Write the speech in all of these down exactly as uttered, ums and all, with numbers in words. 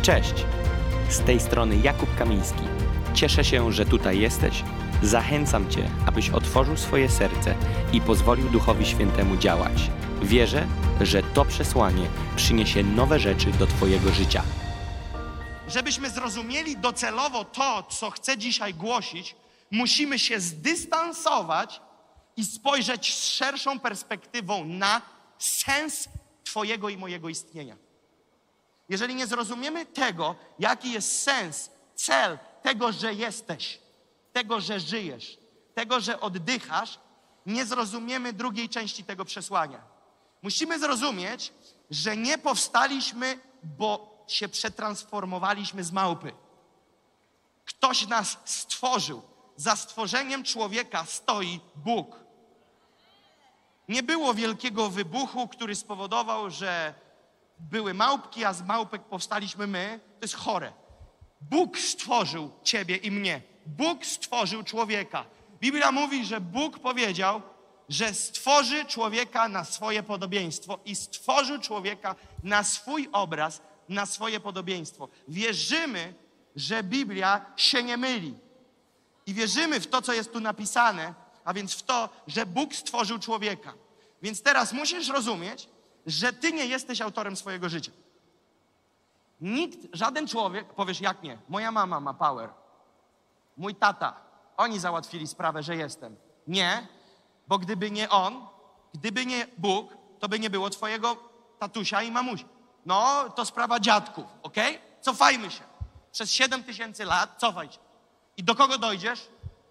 Cześć! Z tej strony Jakub Kamiński. Cieszę się, że tutaj jesteś. Zachęcam Cię, abyś otworzył swoje serce i pozwolił Duchowi Świętemu działać. Wierzę, że to przesłanie przyniesie nowe rzeczy do Twojego życia. Żebyśmy zrozumieli docelowo to, co chcę dzisiaj głosić, musimy się zdystansować i spojrzeć z szerszą perspektywą na sens Twojego i mojego istnienia. Jeżeli nie zrozumiemy tego, jaki jest sens, cel tego, że jesteś, tego, że żyjesz, tego, że oddychasz, nie zrozumiemy drugiej części tego przesłania. Musimy zrozumieć, że nie powstaliśmy, bo się przetransformowaliśmy z małpy. Ktoś nas stworzył. Za stworzeniem człowieka stoi Bóg. Nie było wielkiego wybuchu, który spowodował, że były małpki, a z małpek powstaliśmy my. To jest chore. Bóg stworzył ciebie i mnie. Bóg stworzył człowieka. Biblia mówi, że Bóg powiedział, że stworzy człowieka na swoje podobieństwo i stworzył człowieka na swój obraz, na swoje podobieństwo. Wierzymy, że Biblia się nie myli. I wierzymy w to, co jest tu napisane, a więc w to, że Bóg stworzył człowieka. Więc teraz musisz rozumieć, że ty nie jesteś autorem swojego życia. Nikt, żaden człowiek, powiesz jak nie, moja mama ma power, mój tata, oni załatwili sprawę, że jestem. Nie, bo gdyby nie on, gdyby nie Bóg, to by nie było twojego tatusia i mamusia. No, to sprawa dziadków, okej? Okay? Cofajmy się. Przez siedem tysięcy lat cofaj się. I do kogo dojdziesz?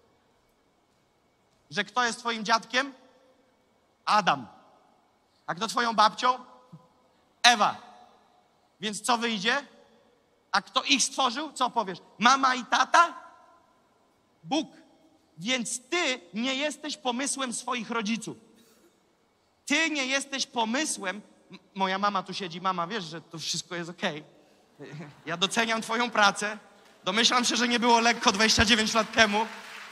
Że kto jest twoim dziadkiem? Adam. A kto twoją babcią? Ewa. Więc co wyjdzie? A kto ich stworzył? Co powiesz? Mama i tata? Bóg. Więc ty nie jesteś pomysłem swoich rodziców. Ty nie jesteś pomysłem... Moja mama tu siedzi. Mama, wiesz, że to wszystko jest okej. Okay. Ja doceniam twoją pracę. Domyślam się, że nie było lekko dwadzieścia dziewięć lat temu.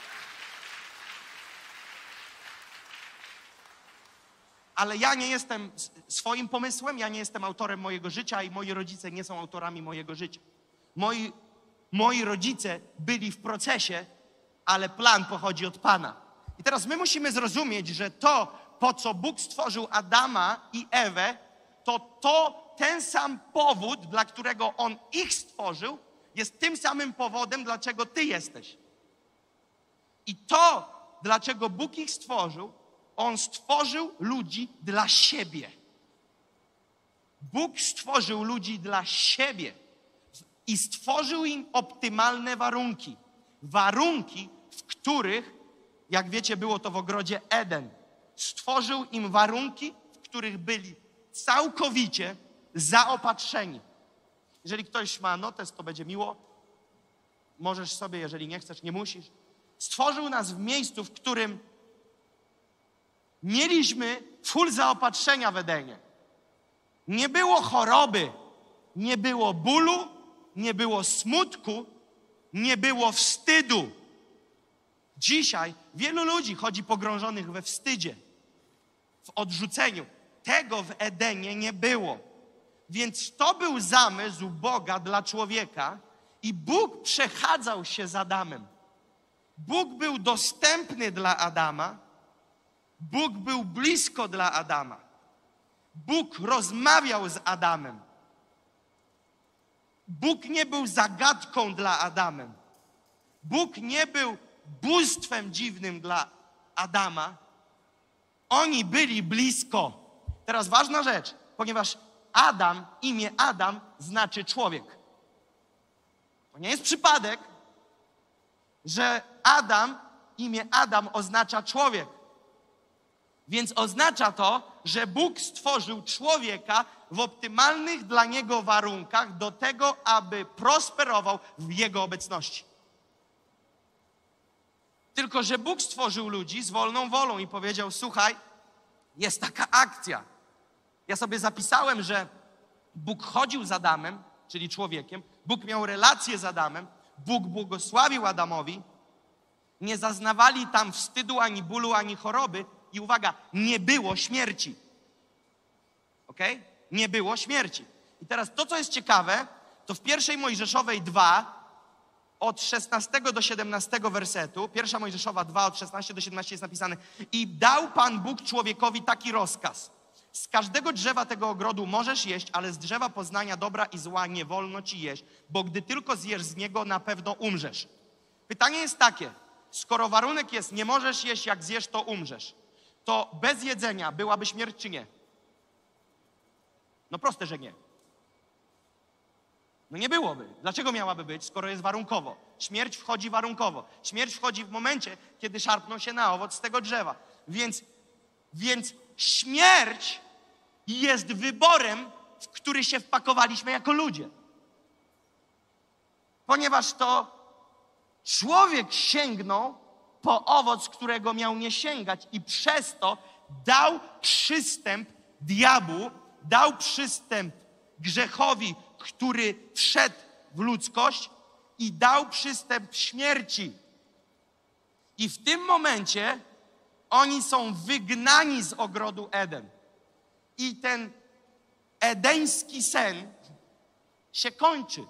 Ale ja nie jestem swoim pomysłem, ja nie jestem autorem mojego życia i moi rodzice nie są autorami mojego życia. Moi, moi rodzice byli w procesie, ale plan pochodzi od Pana. I teraz my musimy zrozumieć, że to, po co Bóg stworzył Adama i Ewę, to to ten sam powód, dla którego On ich stworzył, jest tym samym powodem, dlaczego ty jesteś. I to, dlaczego Bóg ich stworzył, On stworzył ludzi dla siebie. Bóg stworzył ludzi dla siebie i stworzył im optymalne warunki. Warunki, w których, jak wiecie, było to w ogrodzie Eden. Stworzył im warunki, w których byli całkowicie zaopatrzeni. Jeżeli ktoś ma notes, to będzie miło. Możesz sobie, jeżeli nie chcesz, nie musisz. Stworzył nas w miejscu, w którym mieliśmy full zaopatrzenia w Edenie. Nie było choroby, nie było bólu, nie było smutku, nie było wstydu. Dzisiaj wielu ludzi chodzi pogrążonych we wstydzie, w odrzuceniu. Tego w Edenie nie było. Więc to był zamysł Boga dla człowieka i Bóg przechadzał się z Adamem. Bóg był dostępny dla Adama, Bóg był blisko dla Adama. Bóg rozmawiał z Adamem. Bóg nie był zagadką dla Adamem. Bóg nie był bóstwem dziwnym dla Adama. Oni byli blisko. Teraz ważna rzecz, ponieważ Adam, imię Adam znaczy człowiek. To nie jest przypadek, że Adam, imię Adam oznacza człowiek. Więc oznacza to, że Bóg stworzył człowieka w optymalnych dla niego warunkach do tego, aby prosperował w jego obecności. Tylko że Bóg stworzył ludzi z wolną wolą i powiedział, słuchaj, jest taka akcja. Ja sobie zapisałem, że Bóg chodził z Adamem, czyli człowiekiem, Bóg miał relację z Adamem, Bóg błogosławił Adamowi, nie zaznawali tam wstydu, ani bólu, ani choroby i uwaga, nie było śmierci. Okej? Nie było śmierci. I teraz to, co jest ciekawe, to w pierwszej Mojżeszowej dwa, od szesnastego do siedemnastego wersetu, pierwsza Mojżeszowa dwa, od szesnastego do siedemnastego jest napisane: i dał Pan Bóg człowiekowi taki rozkaz. Z każdego drzewa tego ogrodu możesz jeść, ale z drzewa poznania dobra i zła nie wolno ci jeść, bo gdy tylko zjesz z niego, na pewno umrzesz. Pytanie jest takie, skoro warunek jest, nie możesz jeść, jak zjesz, to umrzesz, to bez jedzenia byłaby śmierć czy nie? No proste, że nie. No nie byłoby. Dlaczego miałaby być, skoro jest warunkowo? Śmierć wchodzi warunkowo. Śmierć wchodzi w momencie, kiedy szarpną się na owoc z tego drzewa. Więc, więc śmierć jest wyborem, w który się wpakowaliśmy jako ludzie. Ponieważ to człowiek sięgnął po owoc, którego miał nie sięgać, i przez to dał przystęp diabłu, dał przystęp grzechowi, który wszedł w ludzkość, i dał przystęp śmierci. I w tym momencie oni są wygnani z ogrodu Eden. I ten edeński sen się kończy.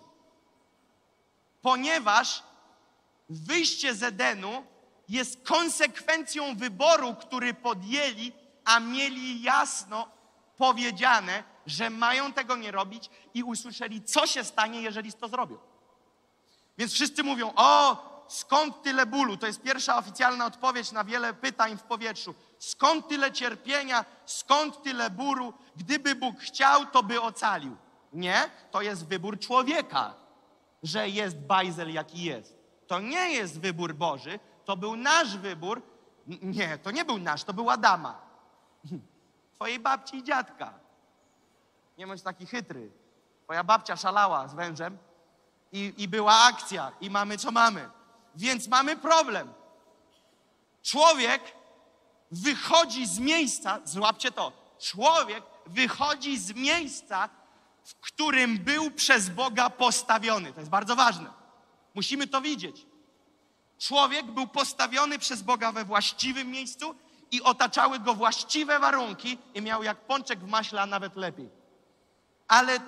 Ponieważ wyjście z Edenu jest konsekwencją wyboru, który podjęli, a mieli jasno powiedziane, że mają tego nie robić, i usłyszeli, co się stanie, jeżeli to zrobią. Więc wszyscy mówią: o, skąd tyle bólu? To jest pierwsza oficjalna odpowiedź na wiele pytań w powietrzu. Skąd tyle cierpienia? Skąd tyle bólu? Gdyby Bóg chciał, to by ocalił. Nie, to jest wybór człowieka, że jest bajzel, jaki jest. To nie jest wybór Boży, to był nasz wybór. Nie, to nie był nasz, to był Adama. Twojej babci i dziadka. Nie bądź taki chytry. Twoja babcia szalała z wężem i, i była akcja, i mamy co mamy. Więc mamy problem. Człowiek wychodzi z miejsca, złapcie to, człowiek wychodzi z miejsca, w którym był przez Boga postawiony. To jest bardzo ważne. Musimy to widzieć. Człowiek był postawiony przez Boga we właściwym miejscu i otaczały go właściwe warunki i miał jak pączek w maśle, a nawet lepiej. Ale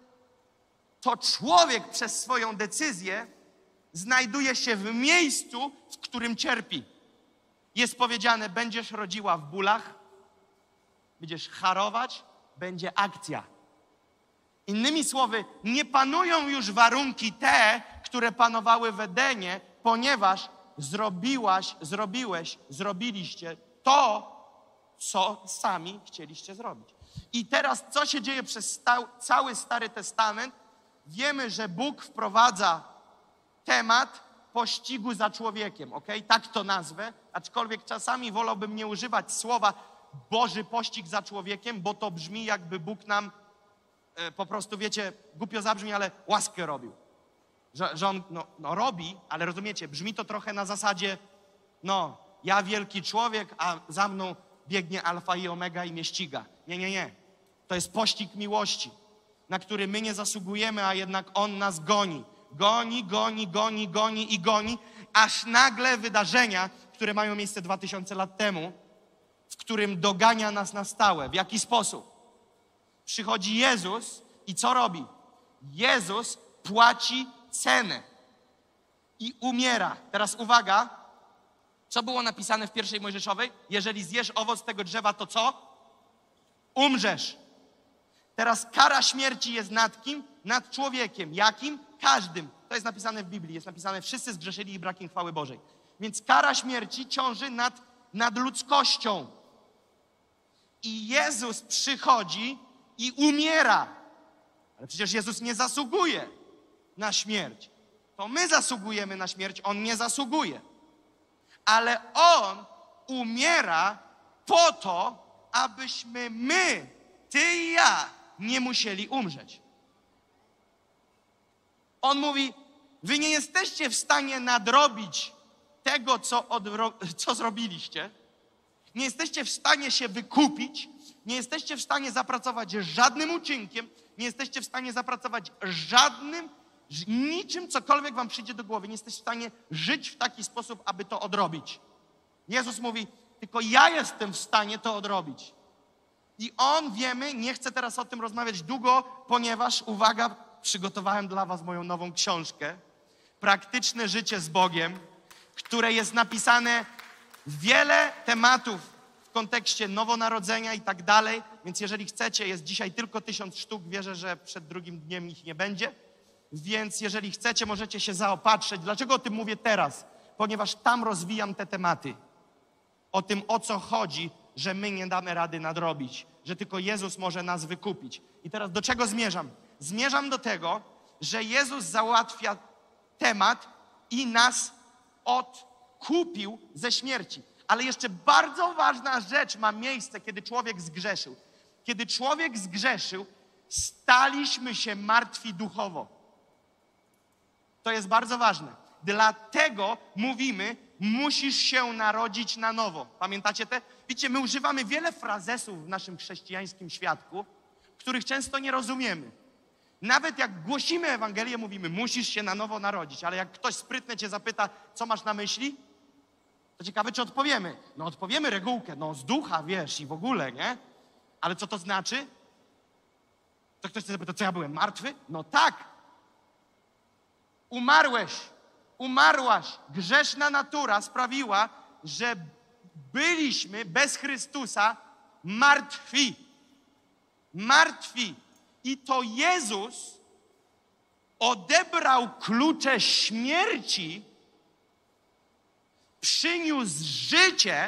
to człowiek przez swoją decyzję znajduje się w miejscu, w którym cierpi. Jest powiedziane: będziesz rodziła w bólach, będziesz harować, będzie akcja. Innymi słowy, nie panują już warunki te, które panowały w Edenie, ponieważ zrobiłaś, zrobiłeś, zrobiliście to, co sami chcieliście zrobić. I teraz, co się dzieje przez sta- cały Stary Testament? Wiemy, że Bóg wprowadza temat pościgu za człowiekiem, ok? Tak to nazwę, aczkolwiek czasami wolałbym nie używać słowa Boży pościg za człowiekiem, bo to brzmi, jakby Bóg nam e, po prostu, wiecie, głupio zabrzmi, ale łaskę robił. Że, że On no, no, robi, ale rozumiecie, brzmi to trochę na zasadzie, no, ja wielki człowiek, a za mną biegnie alfa i omega i mnie ściga. Nie, nie, nie. To jest pościg miłości, na który my nie zasługujemy, a jednak On nas goni. Goni, goni, goni, goni i goni, aż nagle wydarzenia, które mają miejsce dwa tysiące lat temu, w którym dogania nas na stałe. W jaki sposób? Przychodzi Jezus i co robi? Jezus płaci cenę i umiera. Teraz uwaga, co było napisane w pierwszej Mojżeszowej? Jeżeli zjesz owoc tego drzewa, to co? Umrzesz. Teraz kara śmierci jest nad kim? Nad człowiekiem. Jakim? Każdym. To jest napisane w Biblii. Jest napisane: wszyscy zgrzeszyli i brak im chwały Bożej. Więc kara śmierci ciąży nad, nad ludzkością. I Jezus przychodzi i umiera. Ale przecież Jezus nie zasługuje na śmierć. To my zasługujemy na śmierć, On nie zasługuje. Ale On umiera po to, abyśmy my, ty i ja, nie musieli umrzeć. On mówi: wy nie jesteście w stanie nadrobić tego, co, odro- co zrobiliście. Nie jesteście w stanie się wykupić. Nie jesteście w stanie zapracować żadnym uczynkiem. Nie jesteście w stanie zapracować żadnym, niczym, cokolwiek wam przyjdzie do głowy. Nie jesteście w stanie żyć w taki sposób, aby to odrobić. Jezus mówi: tylko ja jestem w stanie to odrobić. I On, wiemy, nie chcę teraz o tym rozmawiać długo, ponieważ, uwaga, przygotowałem dla was moją nową książkę. Praktyczne życie z Bogiem, które jest napisane wiele tematów w kontekście nowonarodzenia i tak dalej. Więc jeżeli chcecie, jest dzisiaj tylko tysiąc sztuk. Wierzę, że przed drugim dniem ich nie będzie. Więc jeżeli chcecie, możecie się zaopatrzyć. Dlaczego o tym mówię teraz? Ponieważ tam rozwijam te tematy. O tym, o co chodzi, że my nie damy rady nadrobić. Że tylko Jezus może nas wykupić. I teraz do czego zmierzam? Zmierzam do tego, że Jezus załatwia temat i nas odkupił ze śmierci. Ale jeszcze bardzo ważna rzecz ma miejsce, kiedy człowiek zgrzeszył. Kiedy człowiek zgrzeszył, staliśmy się martwi duchowo. To jest bardzo ważne. Dlatego mówimy, musisz się narodzić na nowo. Pamiętacie te? Widzicie, my używamy wiele frazesów w naszym chrześcijańskim świadku, których często nie rozumiemy. Nawet jak głosimy Ewangelię, mówimy, musisz się na nowo narodzić, ale jak ktoś sprytnie cię zapyta, co masz na myśli, to ciekawe, czy odpowiemy. No odpowiemy regułkę, no z ducha, wiesz, i w ogóle, nie? Ale co to znaczy? To ktoś cię zapyta, co ja byłem martwy? No tak. Umarłeś, umarłaś. Grzeszna natura sprawiła, że byliśmy bez Chrystusa martwi. Martwi. I to Jezus odebrał klucze śmierci, przyniósł życie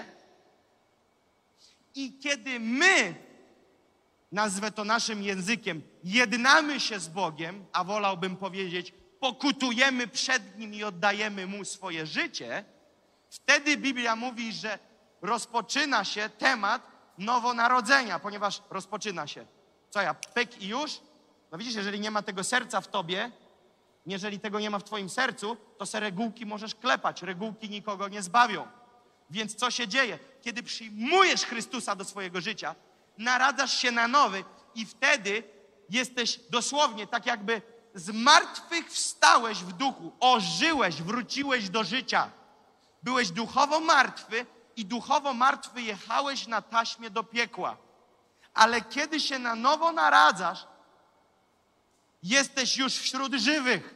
i kiedy my, nazwę to naszym językiem, jednamy się z Bogiem, a wolałbym powiedzieć, pokutujemy przed Nim i oddajemy Mu swoje życie, wtedy Biblia mówi, że rozpoczyna się temat nowonarodzenia, ponieważ rozpoczyna się. Co ja, pyk i już? No widzisz, jeżeli nie ma tego serca w tobie, jeżeli tego nie ma w twoim sercu, to se regułki możesz klepać. Regułki nikogo nie zbawią. Więc co się dzieje? Kiedy przyjmujesz Chrystusa do swojego życia, naradzasz się na nowy i wtedy jesteś dosłownie tak jakby z martwych wstałeś w duchu, ożyłeś, wróciłeś do życia. Byłeś duchowo martwy i duchowo martwy jechałeś na taśmie do piekła. Ale kiedy się na nowo naradzasz, jesteś już wśród żywych.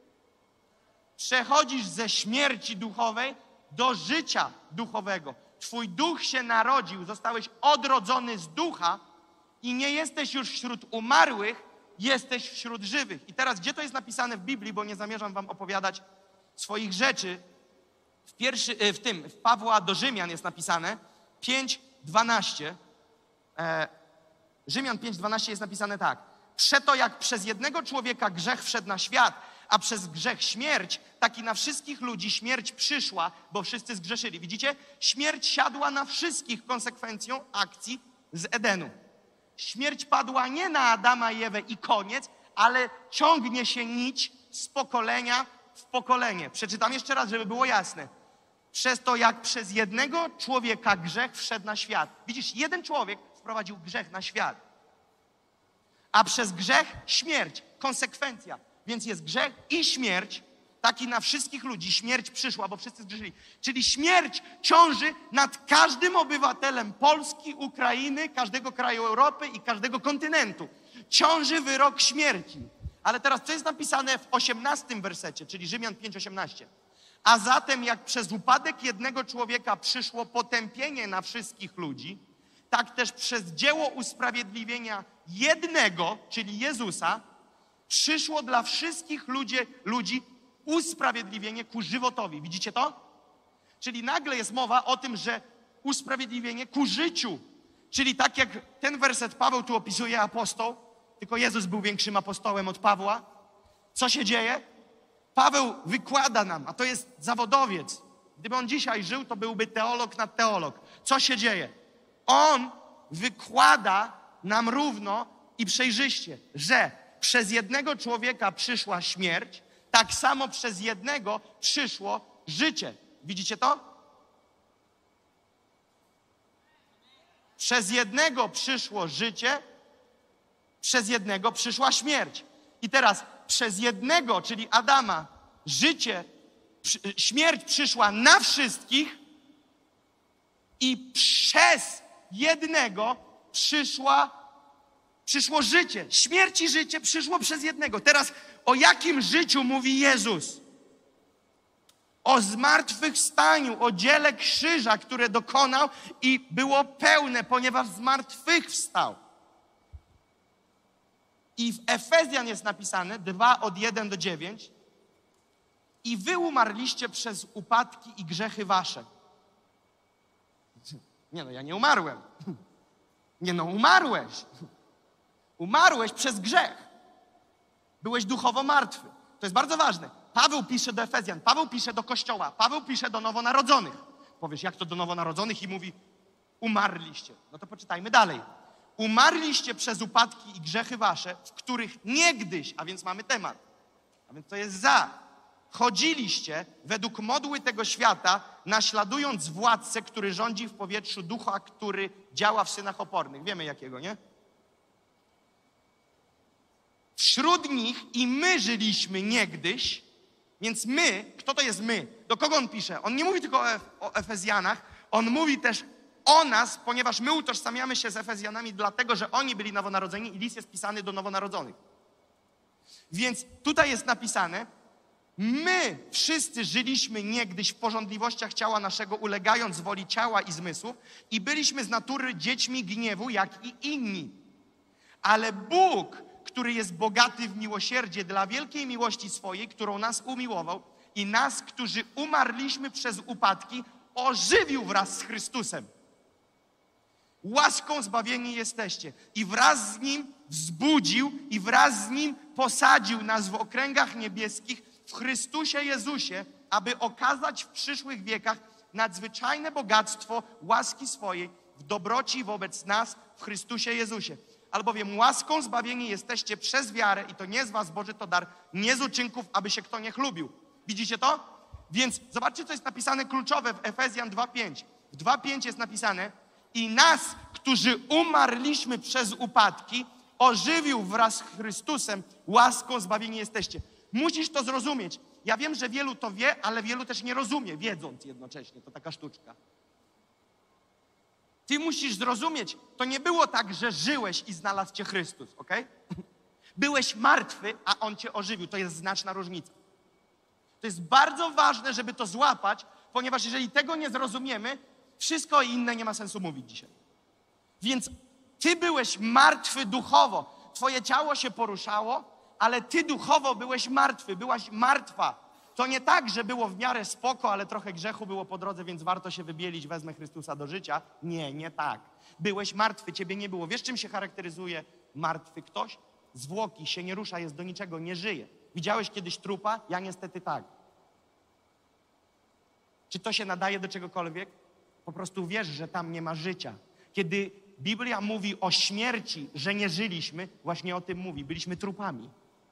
Przechodzisz ze śmierci duchowej do życia duchowego. Twój duch się narodził, zostałeś odrodzony z ducha i nie jesteś już wśród umarłych, jesteś wśród żywych. I teraz, gdzie to jest napisane w Biblii, bo nie zamierzam wam opowiadać swoich rzeczy. W, pierwszy, w tym, w Pawła do Rzymian jest napisane pięć dwanaście. E, Rzymian pięć dwanaście jest napisane tak. Przeto jak przez jednego człowieka grzech wszedł na świat, a przez grzech śmierć, tak i na wszystkich ludzi śmierć przyszła, bo wszyscy zgrzeszyli. Widzicie? Śmierć siadła na wszystkich konsekwencją akcji z Edenu. Śmierć padła nie na Adama i Ewę i koniec, ale ciągnie się nić z pokolenia w pokolenie. Przeczytam jeszcze raz, żeby było jasne. Przez to jak przez jednego człowieka grzech wszedł na świat. Widzisz, jeden człowiek wprowadził grzech na świat. A przez grzech śmierć, konsekwencja. Więc jest grzech i śmierć, taki na wszystkich ludzi. Śmierć przyszła, bo wszyscy zgrzeszyli. Czyli śmierć ciąży nad każdym obywatelem Polski, Ukrainy, każdego kraju Europy i każdego kontynentu. Ciąży wyrok śmierci. Ale teraz co jest napisane w osiemnastym wersecie, czyli Rzymian pięć osiemnaście. A zatem jak przez upadek jednego człowieka przyszło potępienie na wszystkich ludzi, tak też przez dzieło usprawiedliwienia jednego, czyli Jezusa, przyszło dla wszystkich ludzi, ludzi usprawiedliwienie ku żywotowi. Widzicie to? Czyli nagle jest mowa o tym, że usprawiedliwienie ku życiu. Czyli tak jak ten werset Paweł tu opisuje apostoł, tylko Jezus był większym apostołem od Pawła. Co się dzieje? Paweł wykłada nam, a to jest zawodowiec. Gdyby on dzisiaj żył, to byłby teolog nad teolog. Co się dzieje? On wykłada nam równo i przejrzyście, że przez jednego człowieka przyszła śmierć, tak samo przez jednego przyszło życie. Widzicie to? Przez jednego przyszło życie, przez jednego przyszła śmierć. I teraz przez jednego, czyli Adama, życie, śmierć przyszła na wszystkich i przez jednego przyszła Przyszło życie, śmierć i życie przyszło przez jednego. Teraz o jakim życiu mówi Jezus? O zmartwychwstaniu, o dziele krzyża, które dokonał i było pełne, ponieważ zmartwychwstał. I w Efezjan jest napisane, dwa od jeden do dziewięć, i wy umarliście przez upadki i grzechy wasze. Nie no, ja nie umarłem. Nie no, umarłeś. Umarłeś przez grzech. Byłeś duchowo martwy. To jest bardzo ważne. Paweł pisze do Efezjan, Paweł pisze do Kościoła, Paweł pisze do nowonarodzonych. Powiesz, jak to do nowonarodzonych? I mówi, umarliście. No to poczytajmy dalej. Umarliście przez upadki i grzechy wasze, w których niegdyś, a więc mamy temat, a więc to jest za, chodziliście według modły tego świata, naśladując władcę, który rządzi w powietrzu, ducha, który działa w synach opornych. Wiemy jakiego, nie? Wśród nich i my żyliśmy niegdyś, więc my, kto to jest my? Do kogo on pisze? On nie mówi tylko o, Ef- o Efezjanach, on mówi też o nas, ponieważ my utożsamiamy się z Efezjanami dlatego, że oni byli nowonarodzeni i list jest pisany do nowonarodzonych. Więc tutaj jest napisane, my wszyscy żyliśmy niegdyś w pożądliwościach ciała naszego, ulegając woli ciała i zmysłów i byliśmy z natury dziećmi gniewu, jak i inni. Ale Bóg, który jest bogaty w miłosierdzie dla wielkiej miłości swojej, którą nas umiłował i nas, którzy umarliśmy przez upadki, ożywił wraz z Chrystusem. Łaską zbawieni jesteście i wraz z Nim wzbudził i wraz z Nim posadził nas w okręgach niebieskich w Chrystusie Jezusie, aby okazać w przyszłych wiekach nadzwyczajne bogactwo łaski swojej w dobroci wobec nas w Chrystusie Jezusie. Albowiem łaską zbawieni jesteście przez wiarę i to nie z was Boży to dar, nie z uczynków, aby się kto nie chlubił. Widzicie to? Więc zobaczcie, co jest napisane kluczowe w Efezjan dwa pięć. W dwa pięć jest napisane i nas, którzy umarliśmy przez upadki, ożywił wraz z Chrystusem, łaską zbawieni jesteście. Musisz to zrozumieć. Ja wiem, że wielu to wie, ale wielu też nie rozumie, wiedząc jednocześnie. To taka sztuczka. Ty musisz zrozumieć, to nie było tak, że żyłeś i znalazł cię Chrystus, okej? Byłeś martwy, a On cię ożywił. To jest znaczna różnica. To jest bardzo ważne, żeby to złapać, ponieważ jeżeli tego nie zrozumiemy, wszystko inne nie ma sensu mówić dzisiaj. Więc ty byłeś martwy duchowo. Twoje ciało się poruszało, ale ty duchowo byłeś martwy, byłaś martwa. To nie tak, że było w miarę spoko, ale trochę grzechu było po drodze, więc warto się wybielić, wezmę Chrystusa do życia. Nie, nie tak. Byłeś martwy, ciebie nie było. Wiesz, czym się charakteryzuje martwy ktoś? Zwłoki, się nie rusza, jest do niczego, nie żyje. Widziałeś kiedyś trupa? Ja niestety tak. Czy to się nadaje do czegokolwiek? Po prostu wiesz, że tam nie ma życia. Kiedy Biblia mówi o śmierci, że nie żyliśmy, właśnie o tym mówi. Byliśmy trupami.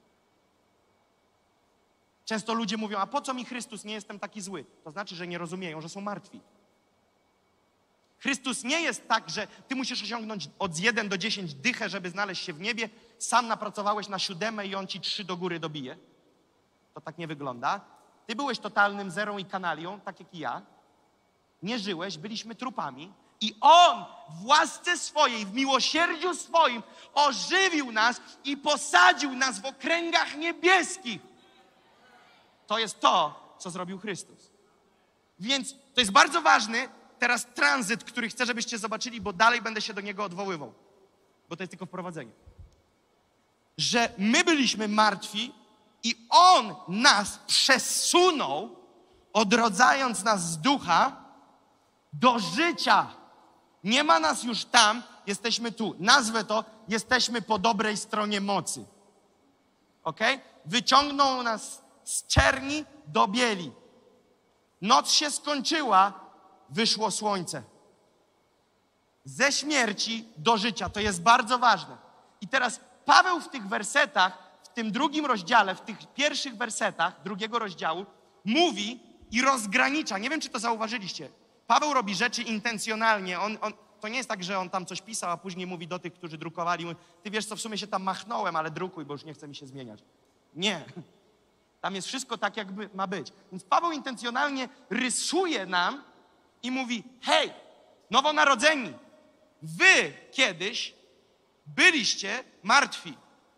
Często ludzie mówią, a po co mi Chrystus, nie jestem taki zły? To znaczy, że nie rozumieją, że są martwi. Chrystus nie jest tak, że ty musisz osiągnąć od jeden do dziesięciu dychę, żeby znaleźć się w niebie. Sam napracowałeś na siódemę i On ci trzy do góry dobije. To tak nie wygląda. Ty byłeś totalnym zerą i kanalią, tak jak i ja. Nie żyłeś, byliśmy trupami. I On w łasce swojej, w miłosierdziu swoim ożywił nas i posadził nas w okręgach niebieskich. To jest to, co zrobił Chrystus. Więc to jest bardzo ważny teraz tranzyt, który chcę, żebyście zobaczyli, bo dalej będę się do niego odwoływał. Bo to jest tylko wprowadzenie. Że my byliśmy martwi i On nas przesunął, odrodzając nas z ducha do życia. Nie ma nas już tam, jesteśmy tu. Nazwę to, jesteśmy po dobrej stronie mocy. Ok? Wyciągnął nas z czerni do bieli. Noc się skończyła, wyszło słońce. Ze śmierci do życia. To jest bardzo ważne. I teraz Paweł w tych wersetach, w tym drugim rozdziale, w tych pierwszych wersetach drugiego rozdziału mówi i rozgranicza. Nie wiem, czy to zauważyliście. Paweł robi rzeczy intencjonalnie. On, on, to nie jest tak, że on tam coś pisał, a później mówi do tych, którzy drukowali. Mówi, ty wiesz co, w sumie się tam machnąłem, ale drukuj, bo już nie chce mi się zmieniać. Nie. Tam jest wszystko tak, jakby ma być. Więc Paweł intencjonalnie rysuje nam i mówi, hej, nowonarodzeni, wy kiedyś byliście martwi.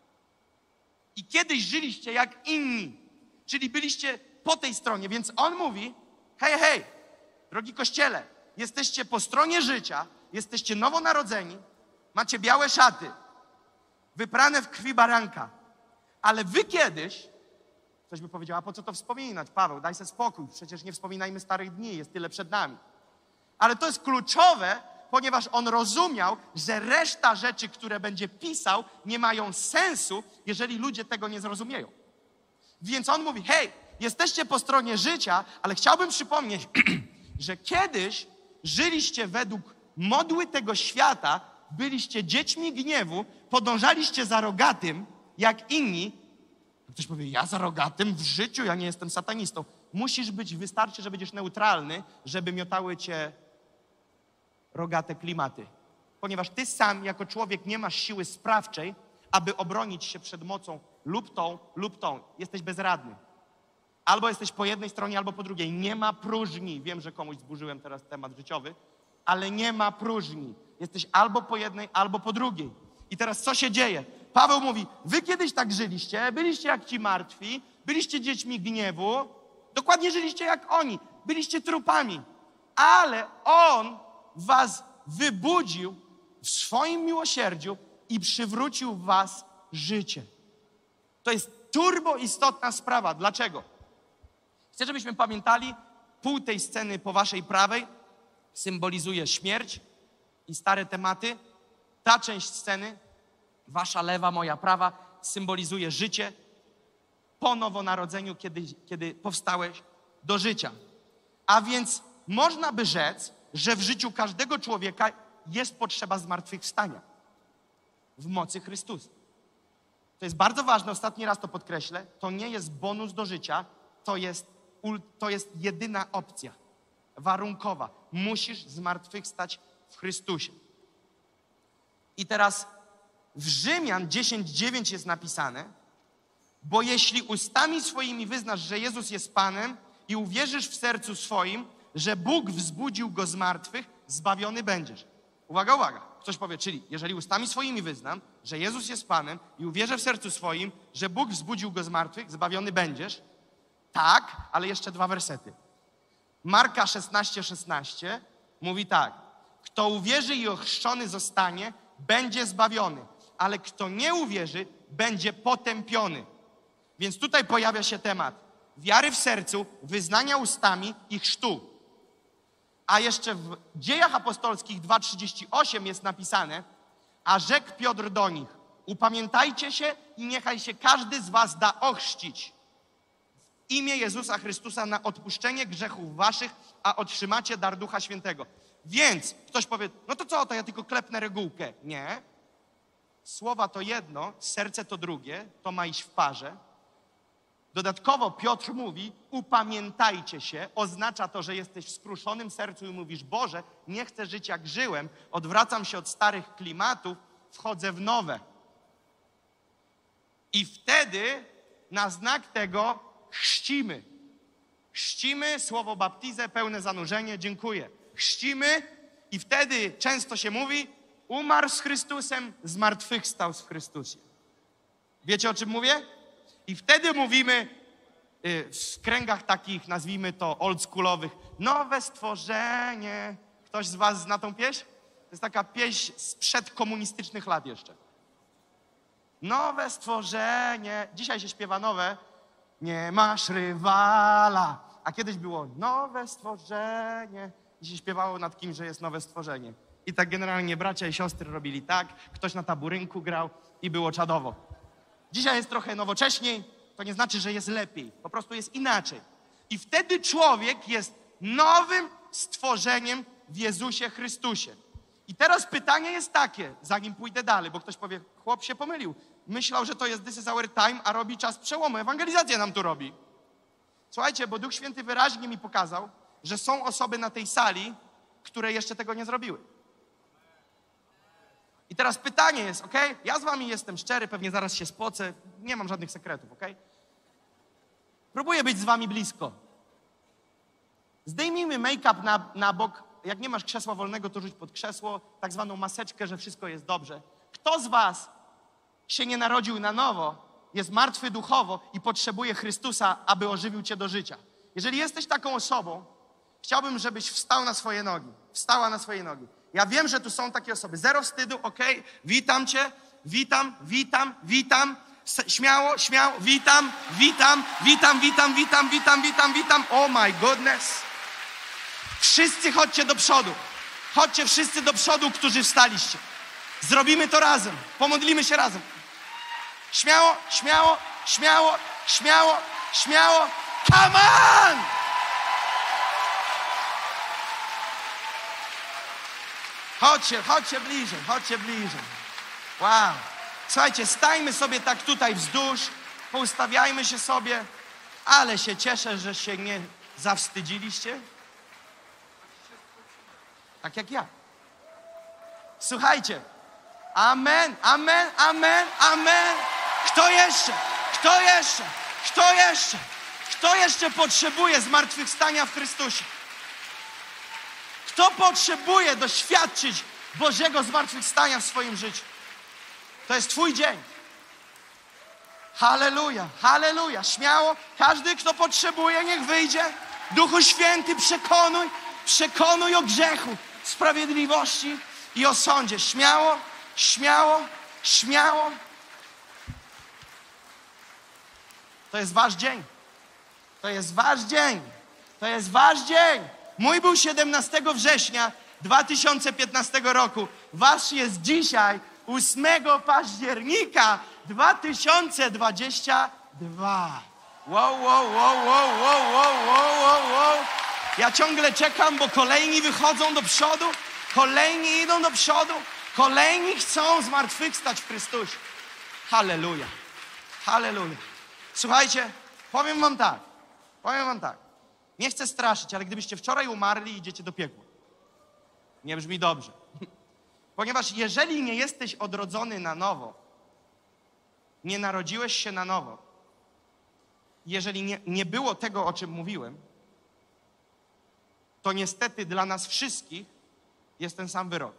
I kiedyś żyliście jak inni. Czyli byliście po tej stronie. Więc on mówi, hej, hej, drogi Kościele, jesteście po stronie życia, jesteście nowonarodzeni, macie białe szaty, wyprane w krwi baranka. Ale wy kiedyś, ktoś by powiedział, a po co to wspominać, Paweł, daj sobie spokój, przecież nie wspominajmy starych dni, jest tyle przed nami. Ale to jest kluczowe, ponieważ on rozumiał, że reszta rzeczy, które będzie pisał, nie mają sensu, jeżeli ludzie tego nie zrozumieją. Więc on mówi, hej, jesteście po stronie życia, ale chciałbym przypomnieć, że kiedyś żyliście według modły tego świata, byliście dziećmi gniewu, podążaliście za rogatym, jak inni. Ktoś powie, ja za rogatym w życiu, ja nie jestem satanistą. Musisz być, wystarczy, że będziesz neutralny, żeby miotały cię rogate klimaty. Ponieważ ty sam jako człowiek nie masz siły sprawczej, aby obronić się przed mocą lub tą, lub tą. Jesteś bezradny. Albo jesteś po jednej stronie, albo po drugiej. Nie ma próżni. Wiem, że komuś zburzyłem teraz temat życiowy, ale nie ma próżni. Jesteś albo po jednej, albo po drugiej. I teraz co się dzieje? Paweł mówi, wy kiedyś tak żyliście, byliście jak ci martwi, byliście dziećmi gniewu, dokładnie żyliście jak oni, byliście trupami, ale on was wybudził w swoim miłosierdziu i przywrócił w was życie. To jest turbo istotna sprawa. Dlaczego? Chcę, żebyśmy pamiętali, pół tej sceny po waszej prawej symbolizuje śmierć i stare tematy. Ta część sceny, wasza lewa, moja prawa, symbolizuje życie po nowonarodzeniu, kiedy, kiedy powstałeś do życia. A więc można by rzec, że w życiu każdego człowieka jest potrzeba zmartwychwstania w mocy Chrystusa. To jest bardzo ważne, ostatni raz to podkreślę, to nie jest bonus do życia, to jest, to jest jedyna opcja, warunkowa. Musisz zmartwychwstać w Chrystusie. I teraz w Rzymian dziesięć dziewięć jest napisane, bo jeśli ustami swoimi wyznasz, że Jezus jest Panem i uwierzysz w sercu swoim, że Bóg wzbudził Go z martwych, zbawiony będziesz. Uwaga, uwaga. Ktoś powie, czyli jeżeli ustami swoimi wyznam, że Jezus jest Panem i uwierzę w sercu swoim, że Bóg wzbudził Go z martwych, zbawiony będziesz. Tak, ale jeszcze dwa wersety. Marka szesnaście szesnaście mówi tak. Kto uwierzy i ochrzczony zostanie, będzie zbawiony, ale kto nie uwierzy, będzie potępiony. Więc tutaj pojawia się temat wiary w sercu, wyznania ustami i chrztu. A jeszcze w Dziejach Apostolskich dwa trzydzieści osiem jest napisane, a rzekł Piotr do nich, upamiętajcie się i niechaj się każdy z was da ochrzcić w imię Jezusa Chrystusa na odpuszczenie grzechów waszych, a otrzymacie dar Ducha Świętego. Więc ktoś powie, no to co, to ja tylko klepnę regułkę. Nie. Słowa to jedno, serce to drugie, to ma iść w parze. Dodatkowo Piotr mówi, upamiętajcie się, oznacza to, że jesteś w skruszonym sercu i mówisz, Boże, nie chcę żyć jak żyłem, odwracam się od starych klimatów, wchodzę w nowe. I wtedy na znak tego chrzcimy. Chrzcimy, słowo baptizę, pełne zanurzenie, dziękuję. Chrzcimy i wtedy często się mówi, umarł z Chrystusem, zmartwychwstał z Chrystusem. Wiecie, o czym mówię? I wtedy mówimy y, w kręgach takich, nazwijmy to oldschoolowych, nowe stworzenie. Ktoś z was zna tą pieśń? To jest taka pieśń sprzed komunistycznych lat jeszcze. Nowe stworzenie. Dzisiaj się śpiewa nowe. Nie masz rywala. A kiedyś było nowe stworzenie. I się śpiewało nad kimś, że jest nowe stworzenie. I tak generalnie bracia i siostry robili tak. Ktoś na taburynku grał i było czadowo. Dzisiaj jest trochę nowocześniej, to nie znaczy, że jest lepiej. Po prostu jest inaczej. I wtedy człowiek jest nowym stworzeniem w Jezusie Chrystusie. I teraz pytanie jest takie, zanim pójdę dalej, bo ktoś powie, chłop się pomylił. Myślał, że to jest this is our time, a robi czas przełomu. Ewangelizację nam tu robi. Słuchajcie, bo Duch Święty wyraźnie mi pokazał, że są osoby na tej sali, które jeszcze tego nie zrobiły. I teraz pytanie jest, ok? Ja z wami jestem szczery, pewnie zaraz się spocę, nie mam żadnych sekretów, ok? Próbuję być z wami blisko. Zdejmijmy make-up na, na bok. Jak nie masz krzesła wolnego, to rzuć pod krzesło tak zwaną maseczkę, że wszystko jest dobrze. Kto z was się nie narodził na nowo, jest martwy duchowo i potrzebuje Chrystusa, aby ożywił cię do życia? Jeżeli jesteś taką osobą, chciałbym, żebyś wstał na swoje nogi. Wstała na swoje nogi. Ja wiem, że tu są takie osoby. Zero wstydu, okej? Okay? Witam cię, witam, witam, witam. Śmiało, śmiało, witam, witam, witam, witam, witam, witam, witam, witam. Oh my goodness. Wszyscy chodźcie do przodu. Chodźcie wszyscy do przodu, którzy wstaliście. Zrobimy to razem. Pomodlimy się razem. Śmiało, śmiało, śmiało, śmiało, śmiało. Come on! Chodźcie, chodźcie bliżej, chodźcie bliżej. Wow. Słuchajcie, stajmy sobie tak tutaj wzdłuż, poustawiajmy się sobie, ale się cieszę, że się nie zawstydziliście. Tak jak ja. Słuchajcie. Amen, amen, amen, amen. Kto jeszcze? Kto jeszcze? Kto jeszcze? Kto jeszcze potrzebuje zmartwychwstania w Chrystusie? Kto potrzebuje doświadczyć Bożego zmartwychwstania w swoim życiu? To jest twój dzień. Halleluja, halleluja. Śmiało, każdy, kto potrzebuje, niech wyjdzie. Duchu Święty, przekonuj, przekonuj o grzechu, sprawiedliwości i o sądzie. Śmiało, śmiało, śmiało. To jest wasz dzień. To jest wasz dzień. To jest wasz dzień. Mój był siedemnastego września dwa tysiące piętnastego roku. Wasz jest dzisiaj ósmego października dwa tysiące dwudziestego drugiego. Wow, wow, wow, wow, wow, wow, wow, wow. Ja ciągle czekam, bo kolejni wychodzą do przodu, kolejni idą do przodu, kolejni chcą zmartwychwstać w Chrystusie. Halleluja, halleluja. Słuchajcie, powiem wam tak, powiem wam tak. Nie chcę straszyć, ale gdybyście wczoraj umarli, idziecie do piekła. Nie brzmi dobrze. Ponieważ jeżeli nie jesteś odrodzony na nowo, nie narodziłeś się na nowo, jeżeli nie, nie było tego, o czym mówiłem, to niestety dla nas wszystkich jest ten sam wyrok.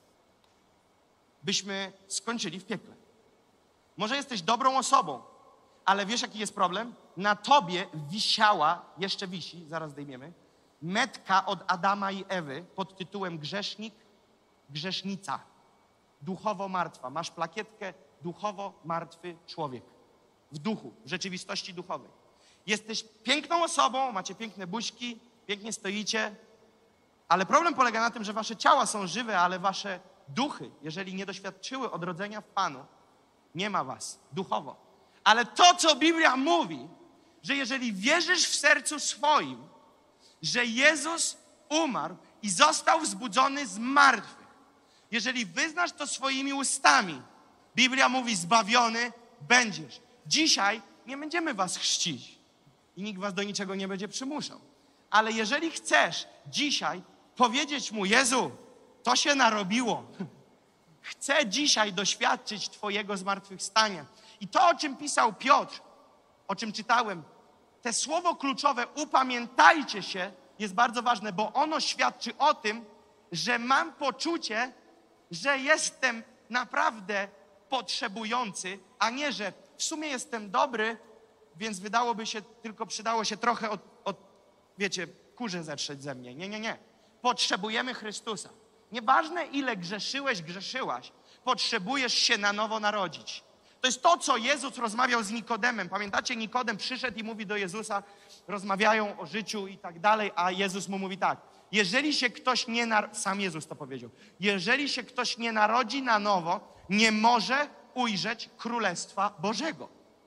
Byśmy skończyli w piekle. Może jesteś dobrą osobą, ale wiesz, jaki jest problem? Na tobie wisiała, jeszcze wisi, zaraz zdejmiemy, metka od Adama i Ewy pod tytułem grzesznik, grzesznica, duchowo martwa. Masz plakietkę duchowo martwy człowiek. W duchu, w rzeczywistości duchowej. Jesteś piękną osobą, macie piękne buźki, pięknie stoicie, ale problem polega na tym, że wasze ciała są żywe, ale wasze duchy, jeżeli nie doświadczyły odrodzenia w Panu, nie ma was duchowo. Ale to, co Biblia mówi, że jeżeli wierzysz w sercu swoim, że Jezus umarł i został wzbudzony z martwych, jeżeli wyznasz to swoimi ustami, Biblia mówi, zbawiony będziesz. Dzisiaj nie będziemy was chrzcić i nikt was do niczego nie będzie przymuszał. Ale jeżeli chcesz dzisiaj powiedzieć mu, Jezu, to się narobiło. Chcę dzisiaj doświadczyć Twojego zmartwychwstania. I to, o czym pisał Piotr, o czym czytałem, te słowo kluczowe, upamiętajcie się, jest bardzo ważne, bo ono świadczy o tym, że mam poczucie, że jestem naprawdę potrzebujący, a nie, że w sumie jestem dobry, więc wydałoby się, tylko przydało się trochę od, od wiecie, kurze zetrzeć ze mnie. Nie, nie, nie. Potrzebujemy Chrystusa. Nieważne, ile grzeszyłeś, grzeszyłaś, potrzebujesz się na nowo narodzić. To jest to, co Jezus rozmawiał z Nikodemem. Pamiętacie, Nikodem przyszedł i mówi do Jezusa, rozmawiają o życiu i tak dalej, a Jezus mu mówi tak, jeżeli się ktoś nie, nar- sam Jezus to powiedział, jeżeli się ktoś nie narodzi na nowo, nie może ujrzeć Królestwa Bożego.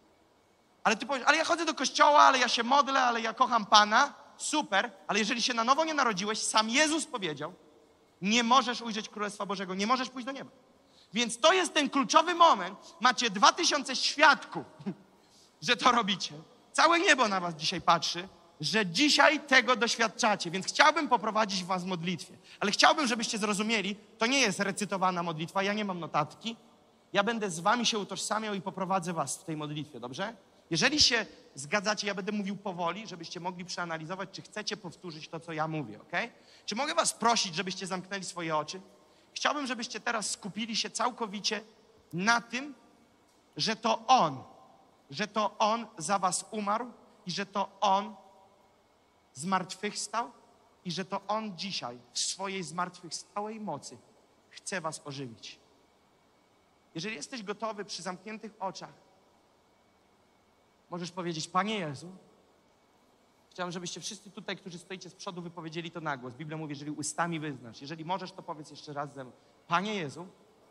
Ale ty powiesz, ale ja chodzę do kościoła, ale ja się modlę, ale ja kocham Pana, super, ale jeżeli się na nowo nie narodziłeś, sam Jezus powiedział, nie możesz ujrzeć Królestwa Bożego, nie możesz pójść do nieba. Więc to jest ten kluczowy moment. Macie dwa tysiące świadków, że to robicie. Całe niebo na was dzisiaj patrzy, że dzisiaj tego doświadczacie. Więc chciałbym poprowadzić was w modlitwie. Ale chciałbym, żebyście zrozumieli, to nie jest recytowana modlitwa, ja nie mam notatki. Ja będę z wami się utożsamiał i poprowadzę was w tej modlitwie, dobrze? Jeżeli się zgadzacie, ja będę mówił powoli, żebyście mogli przeanalizować, czy chcecie powtórzyć to, co ja mówię, ok? Czy mogę was prosić, żebyście zamknęli swoje oczy? Chciałbym, żebyście teraz skupili się całkowicie na tym, że to On, że to On za was umarł i że to On zmartwychwstał i że to On dzisiaj w swojej zmartwychwstałej mocy chce was ożywić. Jeżeli jesteś gotowy przy zamkniętych oczach, możesz powiedzieć: Panie Jezu, chciałem, żebyście wszyscy tutaj, którzy stoicie z przodu, wypowiedzieli to na głos. Biblia mówi, jeżeli ustami wyznasz. Jeżeli możesz, to powiedz jeszcze raz ze mną: Panie Jezu,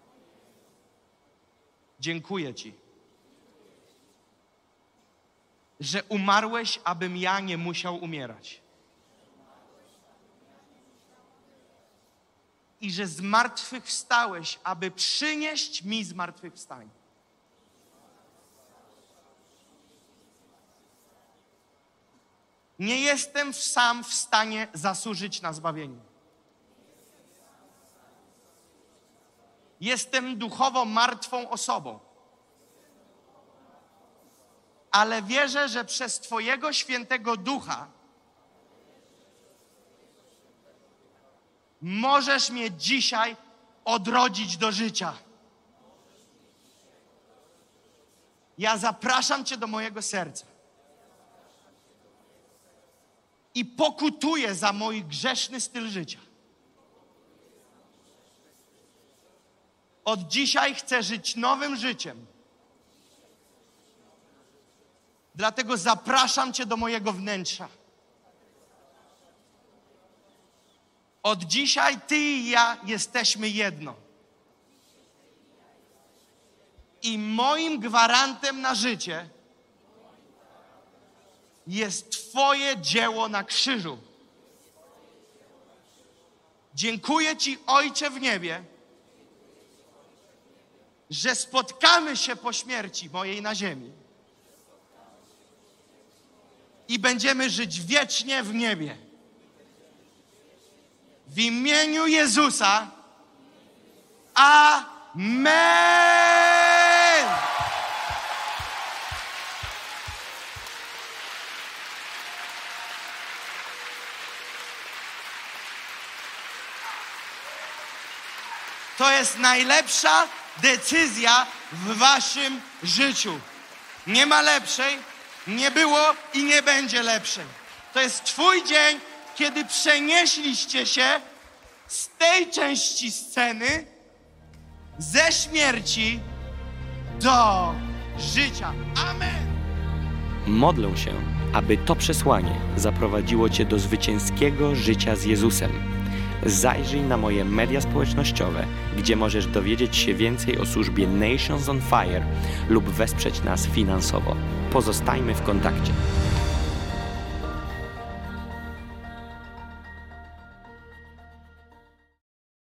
dziękuję Ci, że umarłeś, abym ja nie musiał umierać. I że zmartwychwstałeś, aby przynieść mi zmartwychwstanie. Nie jestem sam w stanie zasłużyć na zbawienie. Jestem duchowo martwą osobą. Ale wierzę, że przez Twojego Świętego Ducha możesz mnie dzisiaj odrodzić do życia. Ja zapraszam Cię do mojego serca i pokutuję za mój grzeszny styl życia. Od dzisiaj chcę żyć nowym życiem. Dlatego zapraszam Cię do mojego wnętrza. Od dzisiaj Ty i ja jesteśmy jedno. I moim gwarantem na życie jest Twoje dzieło na krzyżu. Dziękuję Ci, Ojcze w niebie, że spotkamy się po śmierci mojej na ziemi i będziemy żyć wiecznie w niebie. W imieniu Jezusa. Amen. To jest najlepsza decyzja w waszym życiu. Nie ma lepszej, nie było i nie będzie lepszej. To jest Twój dzień, kiedy przenieśliście się z tej części sceny, ze śmierci do życia. Amen! Modlę się, aby to przesłanie zaprowadziło Cię do zwycięskiego życia z Jezusem. Zajrzyj na moje media społecznościowe, gdzie możesz dowiedzieć się więcej o służbie Nations on Fire lub wesprzeć nas finansowo. Pozostajmy w kontakcie.